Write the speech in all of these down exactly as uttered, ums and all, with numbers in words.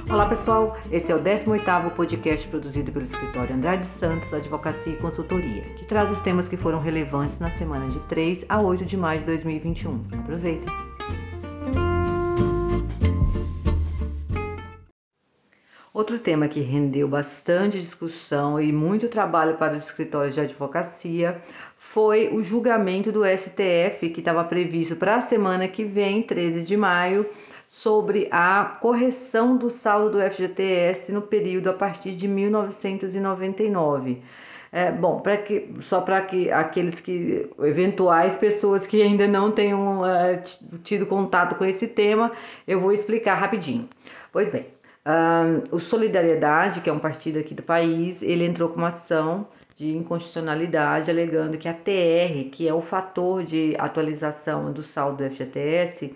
Olá pessoal, esse é o décimo oitavo podcast produzido pelo escritório Andrade Santos Advocacia e Consultoria, que traz os temas que foram relevantes na semana de três a oito de maio de dois mil e vinte e um. Aproveitem! Outro tema que rendeu bastante discussão e muito trabalho para os escritórios de advocacia foi o julgamento do S T F, que estava previsto para a semana que vem, treze de maio, sobre a correção do saldo do F G T S no período a partir de mil novecentos e noventa e nove. É, bom, para que, só para que aqueles que, eventuais pessoas que ainda não tenham uh, tido contato com esse tema, eu vou explicar rapidinho. Pois bem, uh, o Solidariedade, que é um partido aqui do país, ele entrou com uma ação de inconstitucionalidade, alegando que a T R, que é o fator de atualização do saldo do F G T S,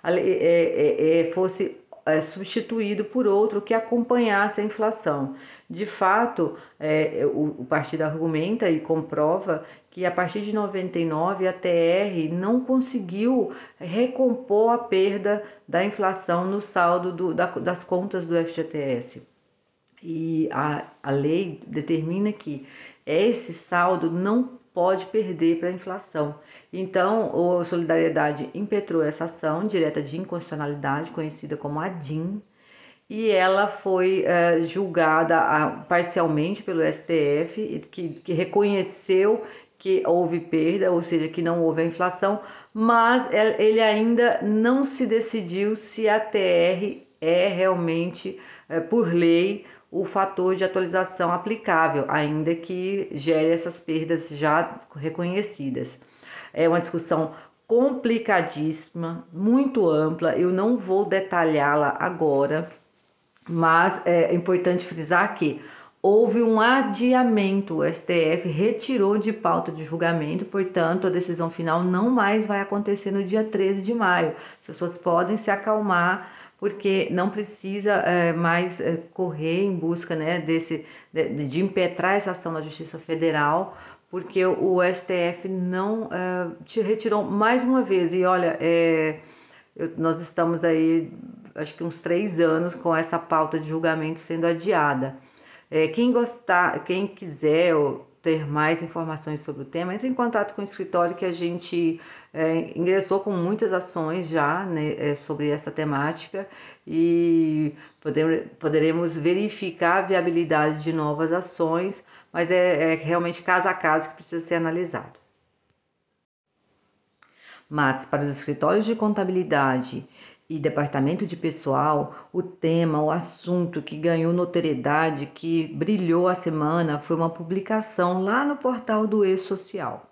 é, é, fosse é, substituído por outro que acompanhasse a inflação. De fato, é, o, o partido argumenta e comprova que a partir de noventa e nove a T R não conseguiu recompor a perda da inflação no saldo do, da, das contas do F G T S. E a, a lei determina que esse saldo não pode perder para a inflação. Então, a Solidariedade impetrou essa ação direta de inconstitucionalidade, conhecida como A D I M, e ela foi é, julgada a, parcialmente pelo S T F, que, que reconheceu que houve perda, ou seja, que não houve a inflação, mas ele ainda não se decidiu se a T R é realmente, é, por lei, o fator de atualização aplicável, ainda que gere essas perdas já reconhecidas. É uma discussão complicadíssima, muito ampla, eu não vou detalhá-la agora, mas é importante frisar que houve um adiamento, o S T F retirou de pauta de julgamento, portanto a decisão final não mais vai acontecer no dia treze de maio. As pessoas podem se acalmar, porque não precisa é, mais é, correr em busca, né, desse, de, de impetrar essa ação na Justiça Federal, porque o, o S T F não é, te retirou mais uma vez. E olha, é, eu, nós estamos aí, acho que uns três anos com essa pauta de julgamento sendo adiada. É, quem gostar, quem quiser ter mais informações sobre o tema, entre em contato com o escritório, que a gente é, ingressou com muitas ações já, né, é, sobre essa temática, e poder, poderemos verificar a viabilidade de novas ações, mas é, é realmente caso a caso que precisa ser analisado. Mas para os escritórios de contabilidade e departamento de pessoal, o tema, o assunto que ganhou notoriedade, que brilhou a semana, foi uma publicação lá no portal do E-Social.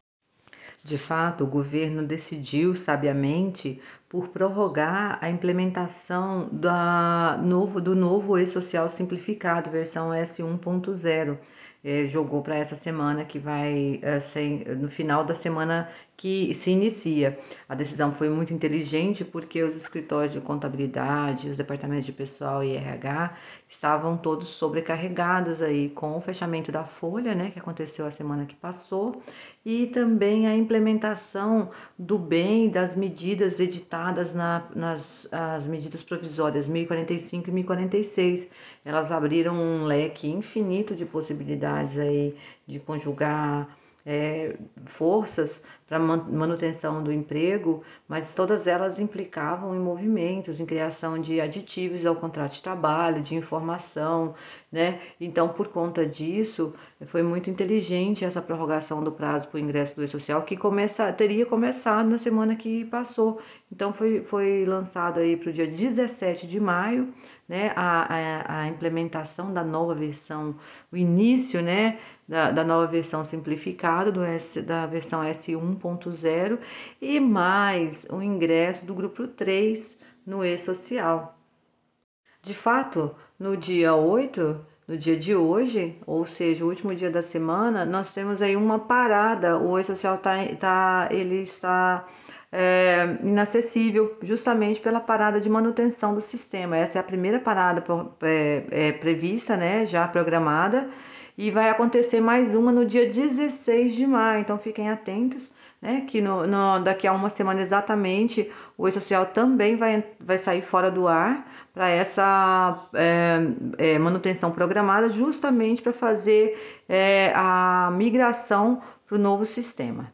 De fato, o governo decidiu sabiamente por prorrogar a implementação da novo, do novo E-Social simplificado, versão S um ponto zero. É, jogou para essa semana que vai é, ser no final da semana que se inicia. A decisão foi muito inteligente porque os escritórios de contabilidade, os departamentos de pessoal e R H estavam todos sobrecarregados aí com o fechamento da folha, né, que aconteceu a semana que passou, e também a implementação do bem das medidas editadas na, nas as medidas provisórias mil e quarenta e cinco e mil e quarenta e seis. Elas abriram um leque infinito de possibilidades aí de conjugar é, forças para manutenção do emprego, mas todas elas implicavam em movimentos, em criação de aditivos ao contrato de trabalho, de informação, né? Então, por conta disso, foi muito inteligente essa prorrogação do prazo para o ingresso do E-Social, que começa, teria começado na semana que passou. Então, foi, foi lançado aí para o dia dezessete de maio, né, a, a, a implementação da nova versão, o início, né, da, da nova versão simplificada, do S, da versão S um ponto zero, e mais o ingresso do grupo três no E-Social. De fato, no dia oito, no dia de hoje, ou seja, o último dia da semana, nós temos aí uma parada, o E-Social tá, tá, ele está é, inacessível, justamente pela parada de manutenção do sistema. Essa é a primeira parada é, é, prevista, né, já programada, e vai acontecer mais uma no dia dezesseis de maio, então fiquem atentos, né, que no, no, daqui a uma semana exatamente o E-Social também vai, vai sair fora do ar para essa é, é, manutenção programada, justamente para fazer é, a migração para o novo sistema.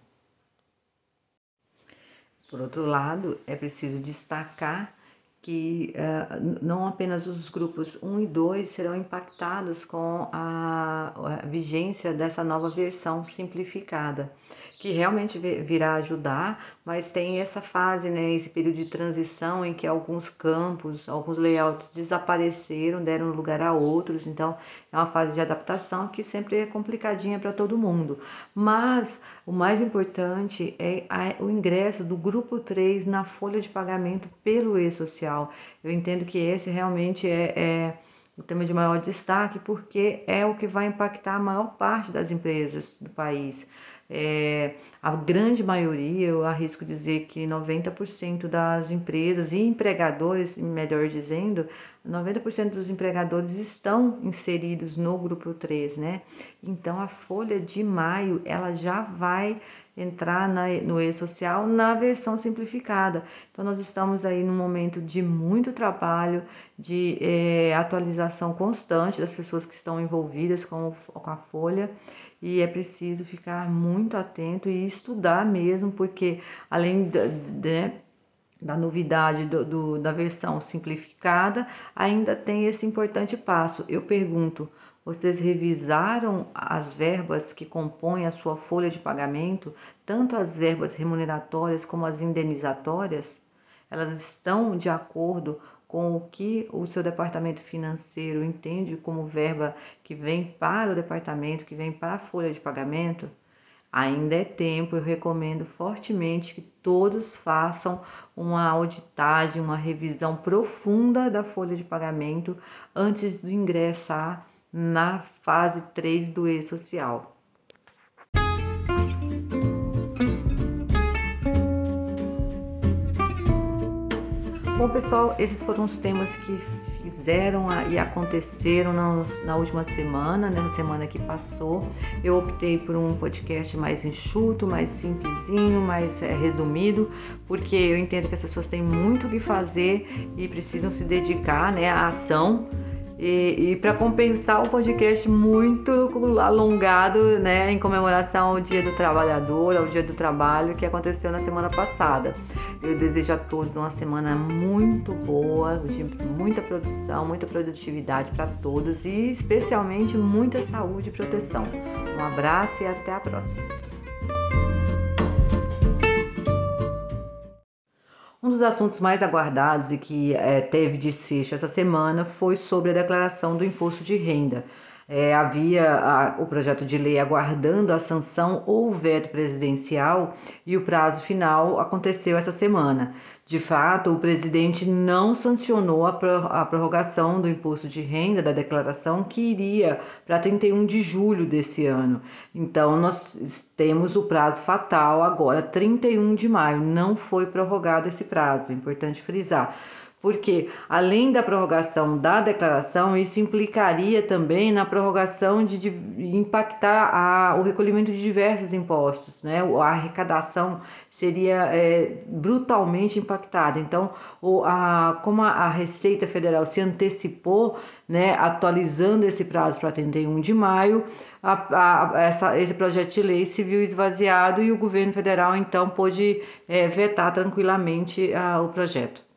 Por outro lado, é preciso destacar que uh, não apenas os grupos um e dois serão impactados com a, a vigência dessa nova versão simplificada, que realmente virá ajudar, mas tem essa fase, né, esse período de transição em que alguns campos, alguns layouts desapareceram, deram lugar a outros, então é uma fase de adaptação que sempre é complicadinha para todo mundo. Mas o mais importante é a, o ingresso do grupo três na folha de pagamento pelo E-Social. Eu entendo que esse realmente é, é o tema de maior destaque, porque é o que vai impactar a maior parte das empresas do país. É, a grande maioria, eu arrisco dizer que noventa por cento das empresas e empregadores, melhor dizendo, noventa por cento dos empregadores estão inseridos no grupo três, né? Então a folha de maio, ela já vai entrar na, no E-Social na versão simplificada. Então nós estamos aí num momento de muito trabalho, de é, atualização constante das pessoas que estão envolvidas com, com a folha, e é preciso ficar muito atento e estudar mesmo, porque além da, de, da novidade do, do, da versão simplificada, ainda tem esse importante passo. Eu pergunto, vocês revisaram as verbas que compõem a sua folha de pagamento, tanto as verbas remuneratórias como as indenizatórias? Elas estão de acordo com o que o seu departamento financeiro entende como verba que vem para o departamento, que vem para a folha de pagamento? Ainda é tempo, eu recomendo fortemente que todos façam uma auditagem, uma revisão profunda da folha de pagamento antes de ingressar na fase três do E-Social. Bom, pessoal, esses foram os temas que fizeram e aconteceram na, na última semana, né, na semana que passou. Eu optei por um podcast mais enxuto, mais simplesinho, mais é, resumido, porque eu entendo que as pessoas têm muito o que fazer e precisam se dedicar, né, à ação. E, e para compensar o podcast muito alongado, né, em comemoração ao Dia do Trabalhador, ao Dia do Trabalho, que aconteceu na semana passada. Eu desejo a todos uma semana muito boa, de muita produção, muita produtividade para todos e especialmente muita saúde e proteção. Um abraço e até a próxima. Um dos assuntos mais aguardados e que é, teve desfecho essa semana foi sobre a declaração do imposto de renda. É, havia a, o projeto de lei aguardando a sanção ou veto presidencial e o prazo final aconteceu essa semana. De fato, o presidente não sancionou a, pro, a prorrogação do imposto de renda da declaração que iria para trinta e um de julho desse ano. Então, nós temos o prazo fatal agora, trinta e um de maio. Não foi prorrogado esse prazo, é importante frisar. Porque, além da prorrogação da declaração, isso implicaria também na prorrogação de, de impactar a, o recolhimento de diversos impostos, né? A arrecadação seria é, brutalmente impactada. Então, o, a, como a, a Receita Federal se antecipou, né, atualizando esse prazo para trinta e um de maio, a, a, essa, esse projeto de lei se viu esvaziado e o governo federal, então, pôde é, vetar tranquilamente a, o projeto.